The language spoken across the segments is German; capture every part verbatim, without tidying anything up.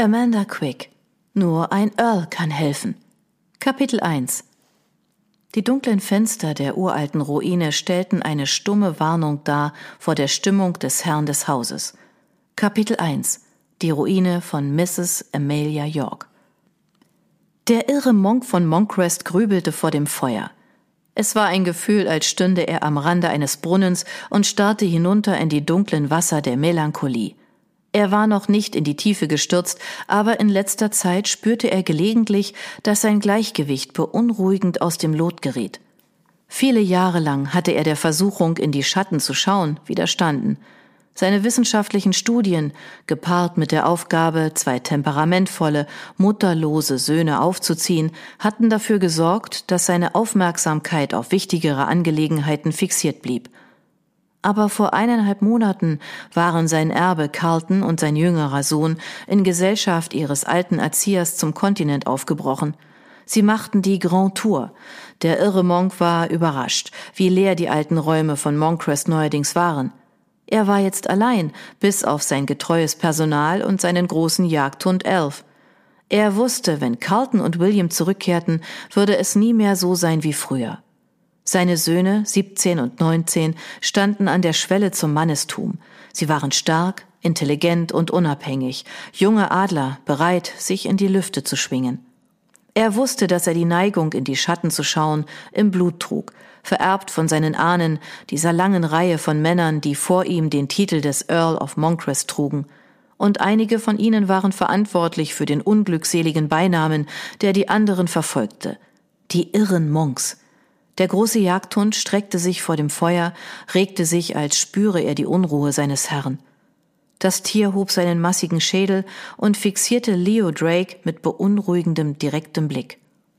Amanda Quick. Nur ein Earl kann helfen. Kapitel eins. Die dunklen Fenster der uralten Ruine stellten eine stumme Warnung dar vor der Stimmung des Herrn des Hauses. Kapitel eins. Die Ruine von Misses Amelia York. Der irre Monk von Moncrest grübelte vor dem Feuer. Es war ein Gefühl, als stünde er am Rande eines Brunnens und starrte hinunter in die dunklen Wasser der Melancholie. Er war noch nicht in die Tiefe gestürzt, aber in letzter Zeit spürte er gelegentlich, dass sein Gleichgewicht beunruhigend aus dem Lot geriet. Viele Jahre lang hatte er der Versuchung, in die Schatten zu schauen, widerstanden. Seine wissenschaftlichen Studien, gepaart mit der Aufgabe, zwei temperamentvolle, mutterlose Söhne aufzuziehen, hatten dafür gesorgt, dass seine Aufmerksamkeit auf wichtigere Angelegenheiten fixiert blieb. Aber vor eineinhalb Monaten waren sein Erbe Carlton und sein jüngerer Sohn in Gesellschaft ihres alten Erziehers zum Kontinent aufgebrochen. Sie machten die Grand Tour. Der irre Monk war überrascht, wie leer die alten Räume von Moncrest neuerdings waren. Er war jetzt allein, bis auf sein getreues Personal und seinen großen Jagdhund Elf. Er wusste, wenn Carlton und William zurückkehrten, würde es nie mehr so sein wie früher. Seine Söhne, siebzehn und neunzehn, standen an der Schwelle zum Mannestum. Sie waren stark, intelligent und unabhängig, junge Adler, bereit, sich in die Lüfte zu schwingen. Er wusste, dass er die Neigung, in die Schatten zu schauen, im Blut trug, vererbt von seinen Ahnen, dieser langen Reihe von Männern, die vor ihm den Titel des Earl of Moncrest trugen. Und einige von ihnen waren verantwortlich für den unglückseligen Beinamen, der die anderen verfolgte: die irren Monks. Der große Jagdhund streckte sich vor dem Feuer, regte sich, als spüre er die Unruhe seines Herrn. Das Tier hob seinen massigen Schädel und fixierte Leo Drake mit beunruhigendem, direktem Blick.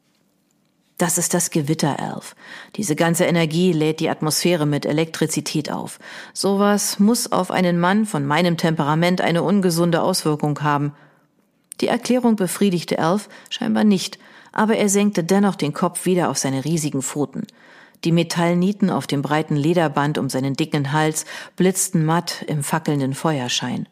Das ist das Gewitter, Elf. Diese ganze Energie lädt die Atmosphäre mit Elektrizität auf. Sowas muss auf einen Mann von meinem Temperament eine ungesunde Auswirkung haben. Die Erklärung befriedigte Elf scheinbar nicht, aber er senkte dennoch den Kopf wieder auf seine riesigen Pfoten. Die Metallnieten auf dem breiten Lederband um seinen dicken Hals blitzten matt im fackelnden Feuerschein.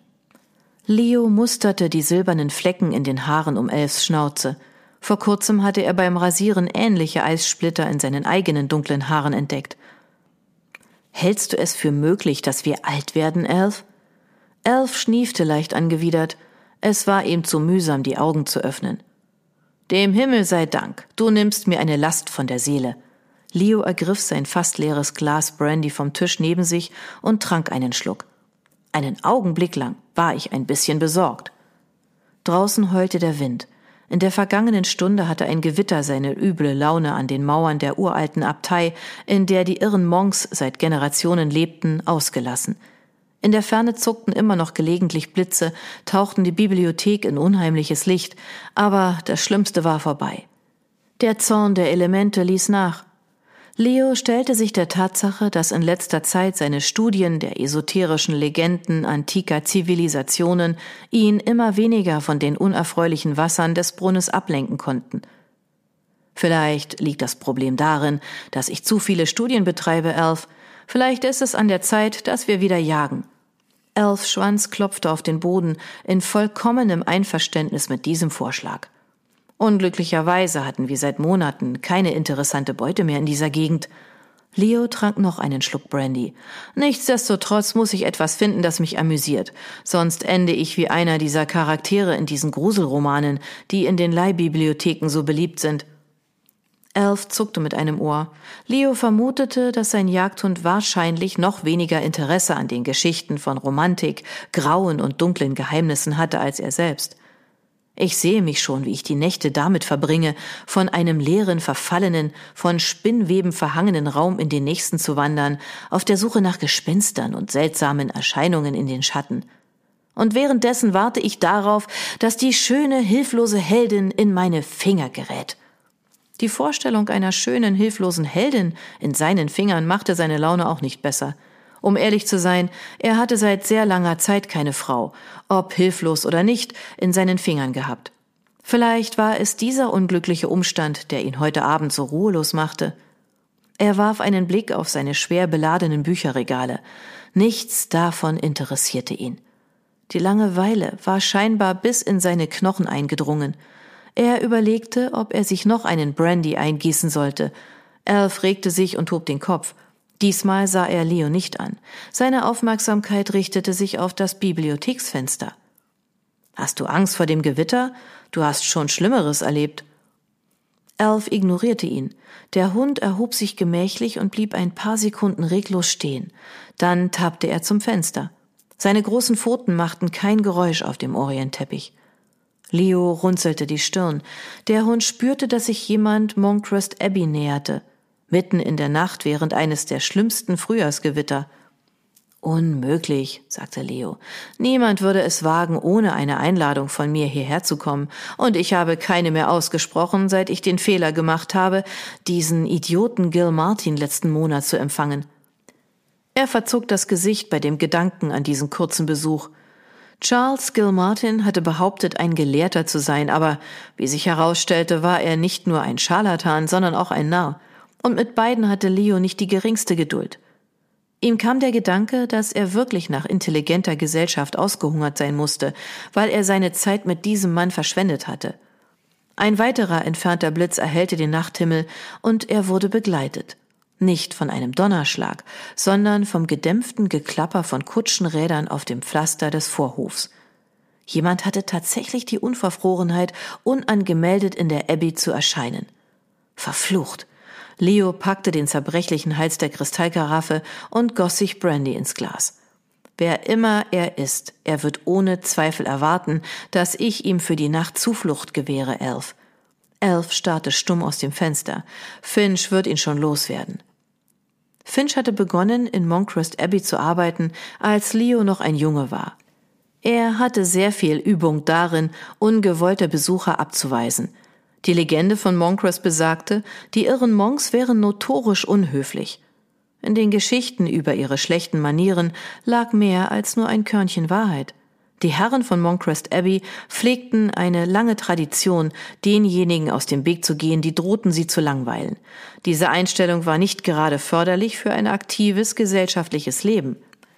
Leo musterte die silbernen Flecken in den Haaren um Elfs Schnauze. Vor kurzem hatte er beim Rasieren ähnliche Eissplitter in seinen eigenen dunklen Haaren entdeckt. »Hältst du es für möglich, dass wir alt werden, Elf?« Elf schniefte leicht angewidert. Es war ihm zu mühsam, die Augen zu öffnen. »Dem Himmel sei Dank, du nimmst mir eine Last von der Seele.« Leo ergriff sein fast leeres Glas Brandy vom Tisch neben sich und trank einen Schluck. Einen Augenblick lang war ich ein bisschen besorgt. Draußen heulte der Wind. In der vergangenen Stunde hatte ein Gewitter seine üble Laune an den Mauern der uralten Abtei, in der die irren Monks seit Generationen lebten, ausgelassen. In der Ferne zuckten immer noch gelegentlich Blitze, tauchten die Bibliothek in unheimliches Licht, aber das Schlimmste war vorbei. Der Zorn der Elemente ließ nach. Leo stellte sich der Tatsache, dass in letzter Zeit seine Studien der esoterischen Legenden antiker Zivilisationen ihn immer weniger von den unerfreulichen Wassern des Brunnens ablenken konnten. Vielleicht liegt das Problem darin, dass ich zu viele Studien betreibe, Elf. Vielleicht ist es an der Zeit, dass wir wieder jagen. Elfs Schwanz klopfte auf den Boden in vollkommenem Einverständnis mit diesem Vorschlag. Unglücklicherweise hatten wir seit Monaten keine interessante Beute mehr in dieser Gegend. Leo trank noch einen Schluck Brandy. Nichtsdestotrotz muss ich etwas finden, das mich amüsiert. Sonst ende ich wie einer dieser Charaktere in diesen Gruselromanen, die in den Leihbibliotheken so beliebt sind. Elf zuckte mit einem Ohr. Leo vermutete, dass sein Jagdhund wahrscheinlich noch weniger Interesse an den Geschichten von Romantik, grauen und dunklen Geheimnissen hatte als er selbst. Ich sehe mich schon, wie ich die Nächte damit verbringe, von einem leeren, verfallenen, von Spinnweben verhangenen Raum in den nächsten zu wandern, auf der Suche nach Gespenstern und seltsamen Erscheinungen in den Schatten. Und währenddessen warte ich darauf, dass die schöne, hilflose Heldin in meine Finger gerät. Die Vorstellung einer schönen, hilflosen Heldin in seinen Fingern machte seine Laune auch nicht besser. Um ehrlich zu sein, er hatte seit sehr langer Zeit keine Frau, ob hilflos oder nicht, in seinen Fingern gehabt. Vielleicht war es dieser unglückliche Umstand, der ihn heute Abend so ruhelos machte. Er warf einen Blick auf seine schwer beladenen Bücherregale. Nichts davon interessierte ihn. Die Langeweile war scheinbar bis in seine Knochen eingedrungen. Er überlegte, ob er sich noch einen Brandy eingießen sollte. Alf regte sich und hob den Kopf. Diesmal sah er Leo nicht an. Seine Aufmerksamkeit richtete sich auf das Bibliotheksfenster. »Hast du Angst vor dem Gewitter? Du hast schon Schlimmeres erlebt.« Alf ignorierte ihn. Der Hund erhob sich gemächlich und blieb ein paar Sekunden reglos stehen. Dann tappte er zum Fenster. Seine großen Pfoten machten kein Geräusch auf dem Orientteppich. Leo runzelte die Stirn. Der Hund spürte, dass sich jemand Moncrist Abbey näherte. Mitten in der Nacht während eines der schlimmsten Frühjahrsgewitter. »Unmöglich«, sagte Leo. »Niemand würde es wagen, ohne eine Einladung von mir hierher zu kommen. Und ich habe keine mehr ausgesprochen, seit ich den Fehler gemacht habe, diesen Idioten Gilmartin letzten Monat zu empfangen.« Er verzog das Gesicht bei dem Gedanken an diesen kurzen Besuch. Charles Gilmartin hatte behauptet, ein Gelehrter zu sein, aber wie sich herausstellte, war er nicht nur ein Scharlatan, sondern auch ein Narr. Und mit beiden hatte Leo nicht die geringste Geduld. Ihm kam der Gedanke, dass er wirklich nach intelligenter Gesellschaft ausgehungert sein musste, weil er seine Zeit mit diesem Mann verschwendet hatte. Ein weiterer entfernter Blitz erhellte den Nachthimmel und er wurde begleitet. Nicht von einem Donnerschlag, sondern vom gedämpften Geklapper von Kutschenrädern auf dem Pflaster des Vorhofs. Jemand hatte tatsächlich die Unverfrorenheit, unangemeldet in der Abbey zu erscheinen. Verflucht! Leo packte den zerbrechlichen Hals der Kristallkaraffe und goss sich Brandy ins Glas. Wer immer er ist, er wird ohne Zweifel erwarten, dass ich ihm für die Nacht Zuflucht gewähre, Alf. Alf starrte stumm aus dem Fenster. Finch wird ihn schon loswerden. Finch hatte begonnen, in Moncrist Abbey zu arbeiten, als Leo noch ein Junge war. Er hatte sehr viel Übung darin, ungewollte Besucher abzuweisen. Die Legende von Moncrist besagte, die irren Monks wären notorisch unhöflich. In den Geschichten über ihre schlechten Manieren lag mehr als nur ein Körnchen Wahrheit. Die Herren von Moncrist Abbey pflegten eine lange Tradition, denjenigen aus dem Weg zu gehen, die drohten, sie zu langweilen. Diese Einstellung war nicht gerade förderlich für ein aktives gesellschaftliches Leben.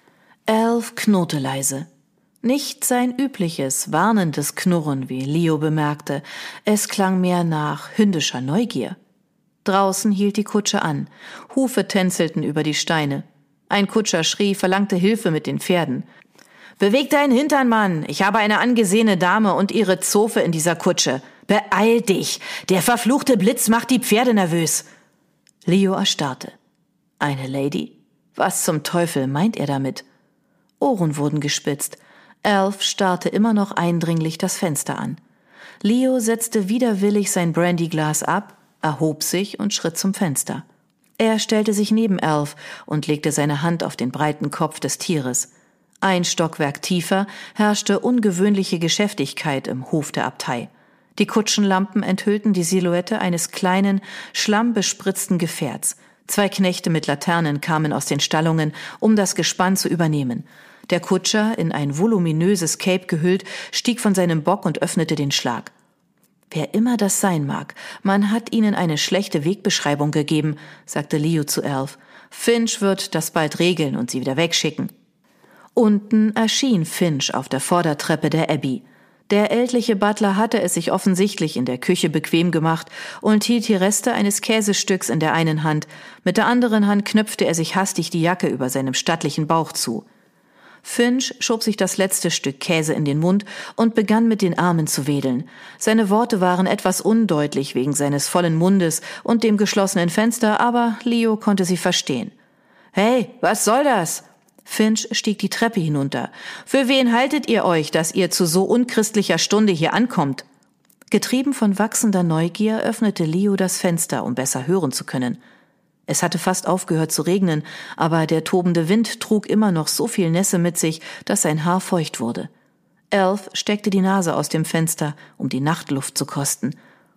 Alf knurrte leise. Nicht sein übliches, warnendes Knurren, wie Leo bemerkte. Es klang mehr nach hündischer Neugier. Draußen hielt die Kutsche an. Hufe tänzelten über die Steine. Ein Kutscher schrie, verlangte Hilfe mit den Pferden. »Beweg deinen Hintern, Mann! Ich habe eine angesehene Dame und ihre Zofe in dieser Kutsche. Beeil dich! Der verfluchte Blitz macht die Pferde nervös!« Leo erstarrte. Eine Lady? Was zum Teufel meint er damit? Ohren wurden gespitzt. Alf starrte immer noch eindringlich das Fenster an. Leo setzte widerwillig sein Brandyglas ab, erhob sich und schritt zum Fenster. Er stellte sich neben Alf und legte seine Hand auf den breiten Kopf des Tieres. Ein Stockwerk tiefer herrschte ungewöhnliche Geschäftigkeit im Hof der Abtei. Die Kutschenlampen enthüllten die Silhouette eines kleinen, schlammbespritzten Gefährts. Zwei Knechte mit Laternen kamen aus den Stallungen, um das Gespann zu übernehmen. Der Kutscher, in ein voluminöses Cape gehüllt, stieg von seinem Bock und öffnete den Schlag. »Wer immer das sein mag, man hat ihnen eine schlechte Wegbeschreibung gegeben«, sagte Leo zu Alf. »Finch wird das bald regeln und sie wieder wegschicken.« Unten erschien Finch auf der Vordertreppe der Abbey. Der ältliche Butler hatte es sich offensichtlich in der Küche bequem gemacht und hielt die Reste eines Käsestücks in der einen Hand. Mit der anderen Hand knöpfte er sich hastig die Jacke über seinem stattlichen Bauch zu. Finch schob sich das letzte Stück Käse in den Mund und begann mit den Armen zu wedeln. Seine Worte waren etwas undeutlich wegen seines vollen Mundes und dem geschlossenen Fenster, aber Leo konnte sie verstehen. »Hey, was soll das?« Finch stieg die Treppe hinunter. »Für wen haltet ihr euch, dass ihr zu so unchristlicher Stunde hier ankommt?« Getrieben von wachsender Neugier öffnete Leo das Fenster, um besser hören zu können. Es hatte fast aufgehört zu regnen, aber der tobende Wind trug immer noch so viel Nässe mit sich, dass sein Haar feucht wurde. Alf steckte die Nase aus dem Fenster, um die Nachtluft zu kosten.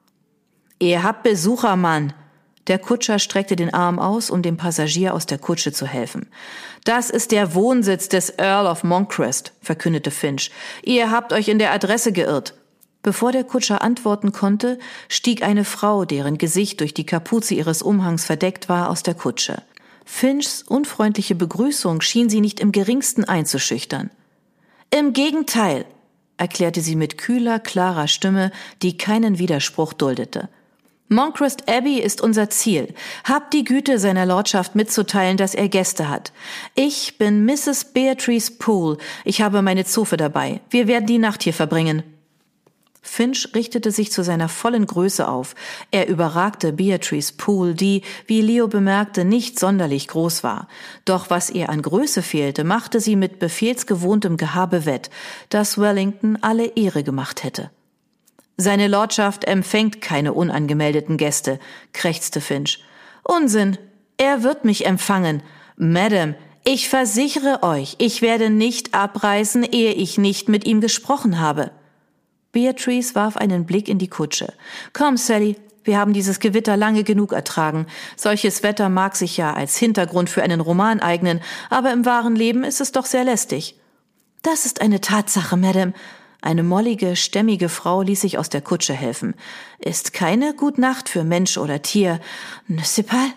»Ihr habt Besucher, Mann!« Der Kutscher streckte den Arm aus, um dem Passagier aus der Kutsche zu helfen. »Das ist der Wohnsitz des Earl of Moncrist«, verkündete Finch. »Ihr habt euch in der Adresse geirrt.« Bevor der Kutscher antworten konnte, stieg eine Frau, deren Gesicht durch die Kapuze ihres Umhangs verdeckt war, aus der Kutsche. Finchs unfreundliche Begrüßung schien sie nicht im geringsten einzuschüchtern. Im Gegenteil, erklärte sie mit kühler, klarer Stimme, die keinen Widerspruch duldete. Moncrest Abbey ist unser Ziel. Habt die Güte, seiner Lordschaft mitzuteilen, dass er Gäste hat. Ich bin Misses Beatrice Poole. Ich habe meine Zofe dabei. Wir werden die Nacht hier verbringen. Finch richtete sich zu seiner vollen Größe auf. Er überragte Beatrice Poole, die, wie Leo bemerkte, nicht sonderlich groß war. Doch was ihr an Größe fehlte, machte sie mit befehlsgewohntem Gehabe wett, dass Wellington alle Ehre gemacht hätte. »Seine Lordschaft empfängt keine unangemeldeten Gäste«, krächzte Finch. »Unsinn! Er wird mich empfangen. Madame, ich versichere euch, ich werde nicht abreisen, ehe ich nicht mit ihm gesprochen habe.« Beatrice warf einen Blick in die Kutsche. »Komm, Sally, wir haben dieses Gewitter lange genug ertragen. Solches Wetter mag sich ja als Hintergrund für einen Roman eignen, aber im wahren Leben ist es doch sehr lästig.« »Das ist eine Tatsache, Madame.« Eine mollige, stämmige Frau ließ sich aus der Kutsche helfen. »Ist keine Gutnacht für Mensch oder Tier. Ne sais pas?«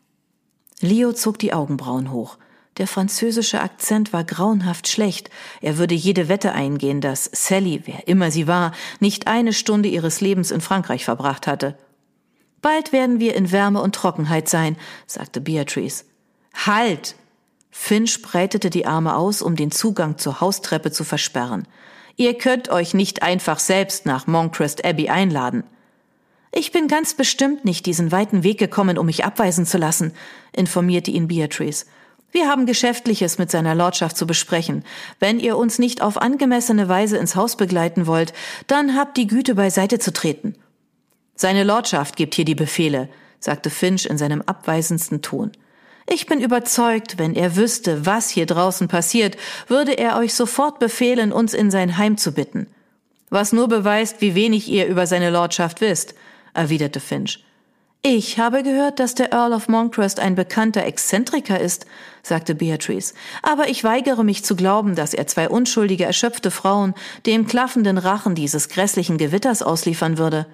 Leo zog die Augenbrauen hoch. Der französische Akzent war grauenhaft schlecht. Er würde jede Wette eingehen, dass Sally, wer immer sie war, nicht eine Stunde ihres Lebens in Frankreich verbracht hatte. »Bald werden wir in Wärme und Trockenheit sein«, sagte Beatrice. »Halt!« Finch breitete die Arme aus, um den Zugang zur Haustreppe zu versperren. »Ihr könnt euch nicht einfach selbst nach Moncrest Abbey einladen.« »Ich bin ganz bestimmt nicht diesen weiten Weg gekommen, um mich abweisen zu lassen«, informierte ihn Beatrice. »Wir haben Geschäftliches mit seiner Lordschaft zu besprechen. Wenn ihr uns nicht auf angemessene Weise ins Haus begleiten wollt, dann habt die Güte, beiseite zu treten.« »Seine Lordschaft gibt hier die Befehle«, sagte Finch in seinem abweisendsten Ton. »Ich bin überzeugt, wenn er wüsste, was hier draußen passiert, würde er euch sofort befehlen, uns in sein Heim zu bitten.« »Was nur beweist, wie wenig ihr über seine Lordschaft wisst«, erwiderte Finch. »Ich habe gehört, dass der Earl of Moncrest ein bekannter Exzentriker ist«, sagte Beatrice. »Aber ich weigere mich zu glauben, dass er zwei unschuldige, erschöpfte Frauen dem klaffenden Rachen dieses grässlichen Gewitters ausliefern würde.«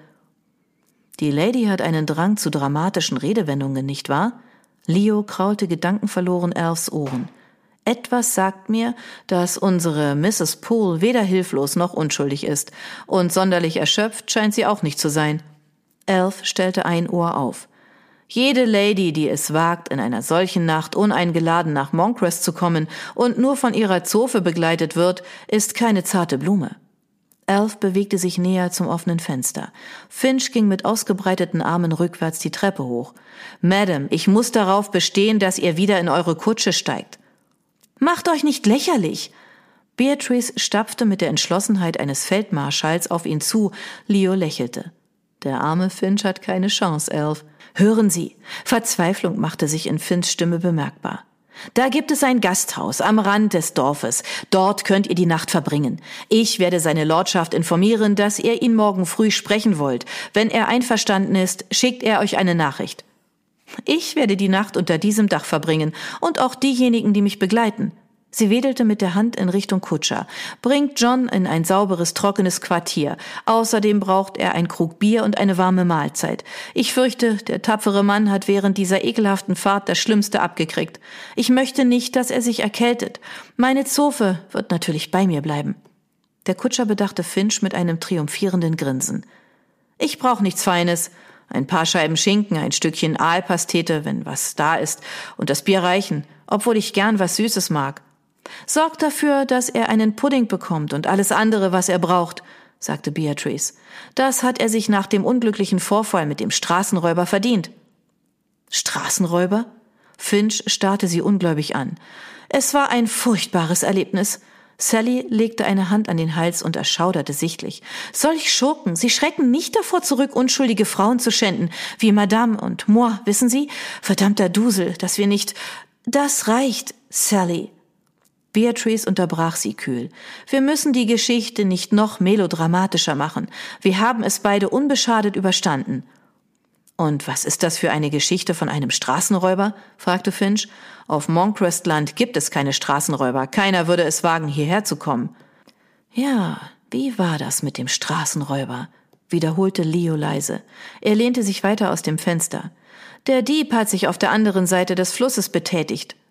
»Die Lady hat einen Drang zu dramatischen Redewendungen, nicht wahr?« Leo kraulte gedankenverloren Elfs Ohren. »Etwas sagt mir, dass unsere Misses Poole weder hilflos noch unschuldig ist, und sonderlich erschöpft scheint sie auch nicht zu sein.« Elf stellte ein Ohr auf. »Jede Lady, die es wagt, in einer solchen Nacht uneingeladen nach Moncrest zu kommen und nur von ihrer Zofe begleitet wird, ist keine zarte Blume.« Elf bewegte sich näher zum offenen Fenster. Finch ging mit ausgebreiteten Armen rückwärts die Treppe hoch. »Madame, ich muss darauf bestehen, dass ihr wieder in eure Kutsche steigt.« »Macht euch nicht lächerlich!« Beatrice stapfte mit der Entschlossenheit eines Feldmarschalls auf ihn zu. Leo lächelte. »Der arme Finch hat keine Chance, Elf.« »Hören Sie!« Verzweiflung machte sich in Finchs Stimme bemerkbar. »Da gibt es ein Gasthaus am Rand des Dorfes. Dort könnt ihr die Nacht verbringen. Ich werde seine Lordschaft informieren, dass ihr ihn morgen früh sprechen wollt. Wenn er einverstanden ist, schickt er euch eine Nachricht.« »Ich werde die Nacht unter diesem Dach verbringen und auch diejenigen, die mich begleiten.« Sie wedelte mit der Hand in Richtung Kutscher. »Bringt John in ein sauberes, trockenes Quartier. Außerdem braucht er ein Krug Bier und eine warme Mahlzeit. Ich fürchte, der tapfere Mann hat während dieser ekelhaften Fahrt das Schlimmste abgekriegt. Ich möchte nicht, dass er sich erkältet. Meine Zofe wird natürlich bei mir bleiben.« Der Kutscher bedachte Finch mit einem triumphierenden Grinsen. »Ich brauche nichts Feines. Ein paar Scheiben Schinken, ein Stückchen Aalpastete, wenn was da ist, und das Bier reichen, obwohl ich gern was Süßes mag.« »Sorgt dafür, dass er einen Pudding bekommt und alles andere, was er braucht«, sagte Beatrice. »Das hat er sich nach dem unglücklichen Vorfall mit dem Straßenräuber verdient.« »Straßenräuber?« Finch starrte sie ungläubig an. »Es war ein furchtbares Erlebnis.« Sally legte eine Hand an den Hals und erschauderte sichtlich. »Solch Schurken, sie schrecken nicht davor zurück, unschuldige Frauen zu schänden, wie Madame und moi, wissen Sie? Verdammter Dusel, dass wir nicht...« »Das reicht, Sally.« Beatrice unterbrach sie kühl. »Wir müssen die Geschichte nicht noch melodramatischer machen. Wir haben es beide unbeschadet überstanden.« »Und was ist das für eine Geschichte von einem Straßenräuber?« fragte Finch. »Auf Moncrest Land gibt es keine Straßenräuber. Keiner würde es wagen, hierher zu kommen.« »Ja, wie war das mit dem Straßenräuber?« wiederholte Leo leise. Er lehnte sich weiter aus dem Fenster. »Der Dieb hat sich auf der anderen Seite des Flusses betätigt«,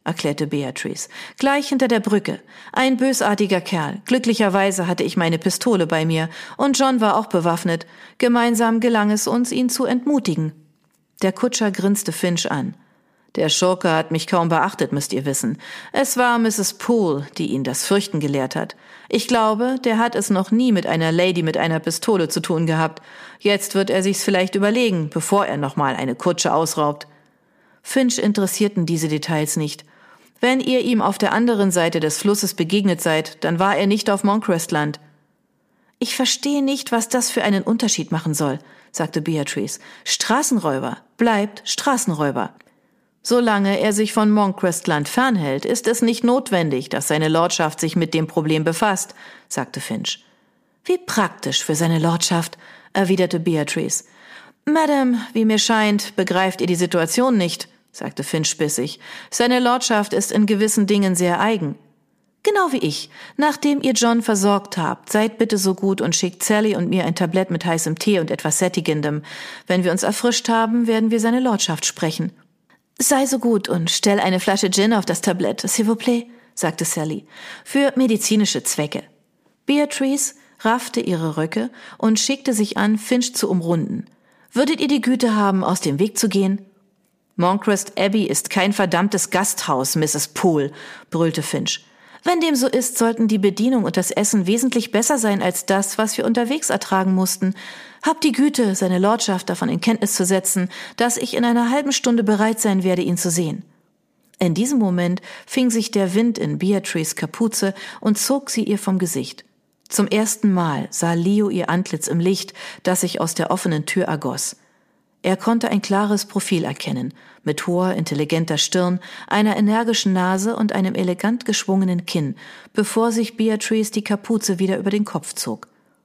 erklärte Beatrice. »Gleich hinter der Brücke. Ein bösartiger Kerl. Glücklicherweise hatte ich meine Pistole bei mir und John war auch bewaffnet. Gemeinsam gelang es uns, ihn zu entmutigen.« Der Kutscher grinste Finch an. »Der Schurke hat mich kaum beachtet, müsst ihr wissen. Es war Misses Poole, die ihn das Fürchten gelehrt hat. Ich glaube, der hat es noch nie mit einer Lady mit einer Pistole zu tun gehabt. Jetzt wird er sich's vielleicht überlegen, bevor er nochmal eine Kutsche ausraubt.« Finch interessierten diese Details nicht. Wenn ihr ihm auf der anderen Seite des Flusses begegnet seid, dann war er nicht auf Moncrest-Land. »Ich verstehe nicht, was das für einen Unterschied machen soll«, sagte Beatrice. »Straßenräuber bleibt Straßenräuber. Solange er sich von Moncrest-Land fernhält, ist es nicht notwendig, dass seine Lordschaft sich mit dem Problem befasst«, sagte Finch. »Wie praktisch für seine Lordschaft«, erwiderte Beatrice. »Madame, wie mir scheint, begreift ihr die Situation nicht«, sagte Finch bissig. »Seine Lordschaft ist in gewissen Dingen sehr eigen.« »Genau wie ich. Nachdem ihr John versorgt habt, seid bitte so gut und schickt Sally und mir ein Tablett mit heißem Tee und etwas Sättigendem. Wenn wir uns erfrischt haben, werden wir seine Lordschaft sprechen.« »Sei so gut und stell eine Flasche Gin auf das Tablett, s'il vous plaît«, sagte Sally. »Für medizinische Zwecke.« Beatrice raffte ihre Röcke und schickte sich an, Finch zu umrunden. »Würdet ihr die Güte haben, aus dem Weg zu gehen?« »Moncrest Abbey ist kein verdammtes Gasthaus, Misses Poole«, brüllte Finch. »Wenn dem so ist, sollten die Bedienung und das Essen wesentlich besser sein als das, was wir unterwegs ertragen mussten. Habt die Güte, seine Lordschaft davon in Kenntnis zu setzen, dass ich in einer halben Stunde bereit sein werde, ihn zu sehen.« In diesem Moment fing sich der Wind in Beatrices Kapuze und zog sie ihr vom Gesicht. Zum ersten Mal sah Leo ihr Antlitz im Licht, das sich aus der offenen Tür ergoss. Er konnte ein klares Profil erkennen, mit hoher, intelligenter Stirn, einer energischen Nase und einem elegant geschwungenen Kinn, bevor sich Beatrice die Kapuze wieder über den Kopf zog.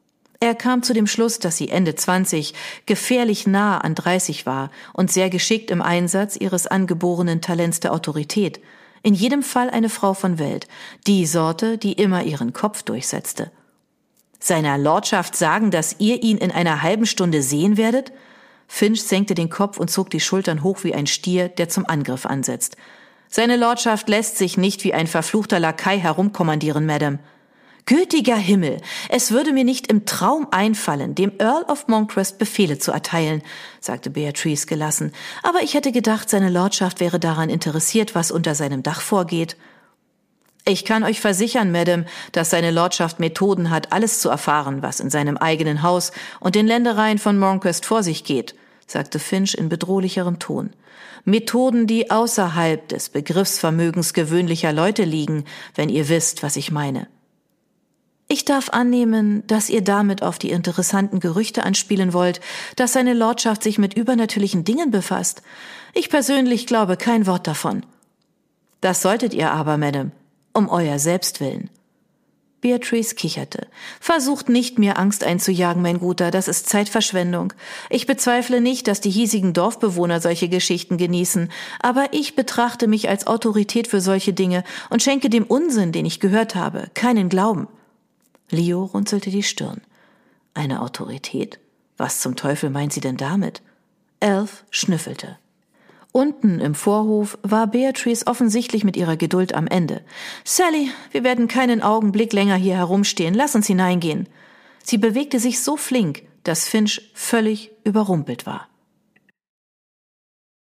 Er kam zu dem Schluss, dass sie Ende zwanzig, gefährlich nah an dreißig war und sehr geschickt im Einsatz ihres angeborenen Talents der Autorität. In jedem Fall eine Frau von Welt, die Sorte, die immer ihren Kopf durchsetzte. »Seiner Lordschaft sagen, dass ihr ihn in einer halben Stunde sehen werdet?« Finch senkte den Kopf und zog die Schultern hoch wie ein Stier, der zum Angriff ansetzt. »Seine Lordschaft lässt sich nicht wie ein verfluchter Lakai herumkommandieren, Madame.« »Gütiger Himmel, es würde mir nicht im Traum einfallen, dem Earl of Moncrest Befehle zu erteilen«, sagte Beatrice gelassen. »Aber ich hätte gedacht, seine Lordschaft wäre daran interessiert, was unter seinem Dach vorgeht.« »Ich kann euch versichern, Madame, dass seine Lordschaft Methoden hat, alles zu erfahren, was in seinem eigenen Haus und den Ländereien von Moncrest vor sich geht«, sagte Finch in bedrohlicherem Ton. »Methoden, die außerhalb des Begriffsvermögens gewöhnlicher Leute liegen, wenn ihr wisst, was ich meine.« »Ich darf annehmen, dass ihr damit auf die interessanten Gerüchte anspielen wollt, dass seine Lordschaft sich mit übernatürlichen Dingen befasst. Ich persönlich glaube kein Wort davon.« »Das solltet ihr aber, Madame, um euer Selbstwillen.« Beatrice kicherte. »Versucht nicht, mir Angst einzujagen, mein Guter, das ist Zeitverschwendung. Ich bezweifle nicht, dass die hiesigen Dorfbewohner solche Geschichten genießen, aber ich betrachte mich als Autorität für solche Dinge und schenke dem Unsinn, den ich gehört habe, keinen Glauben.« Leo runzelte die Stirn. »Eine Autorität? Was zum Teufel meint sie denn damit?« Elf schnüffelte. Unten im Vorhof war Beatrice offensichtlich mit ihrer Geduld am Ende. »Sally, wir werden keinen Augenblick länger hier herumstehen. Lass uns hineingehen.« Sie bewegte sich so flink, dass Finch völlig überrumpelt war.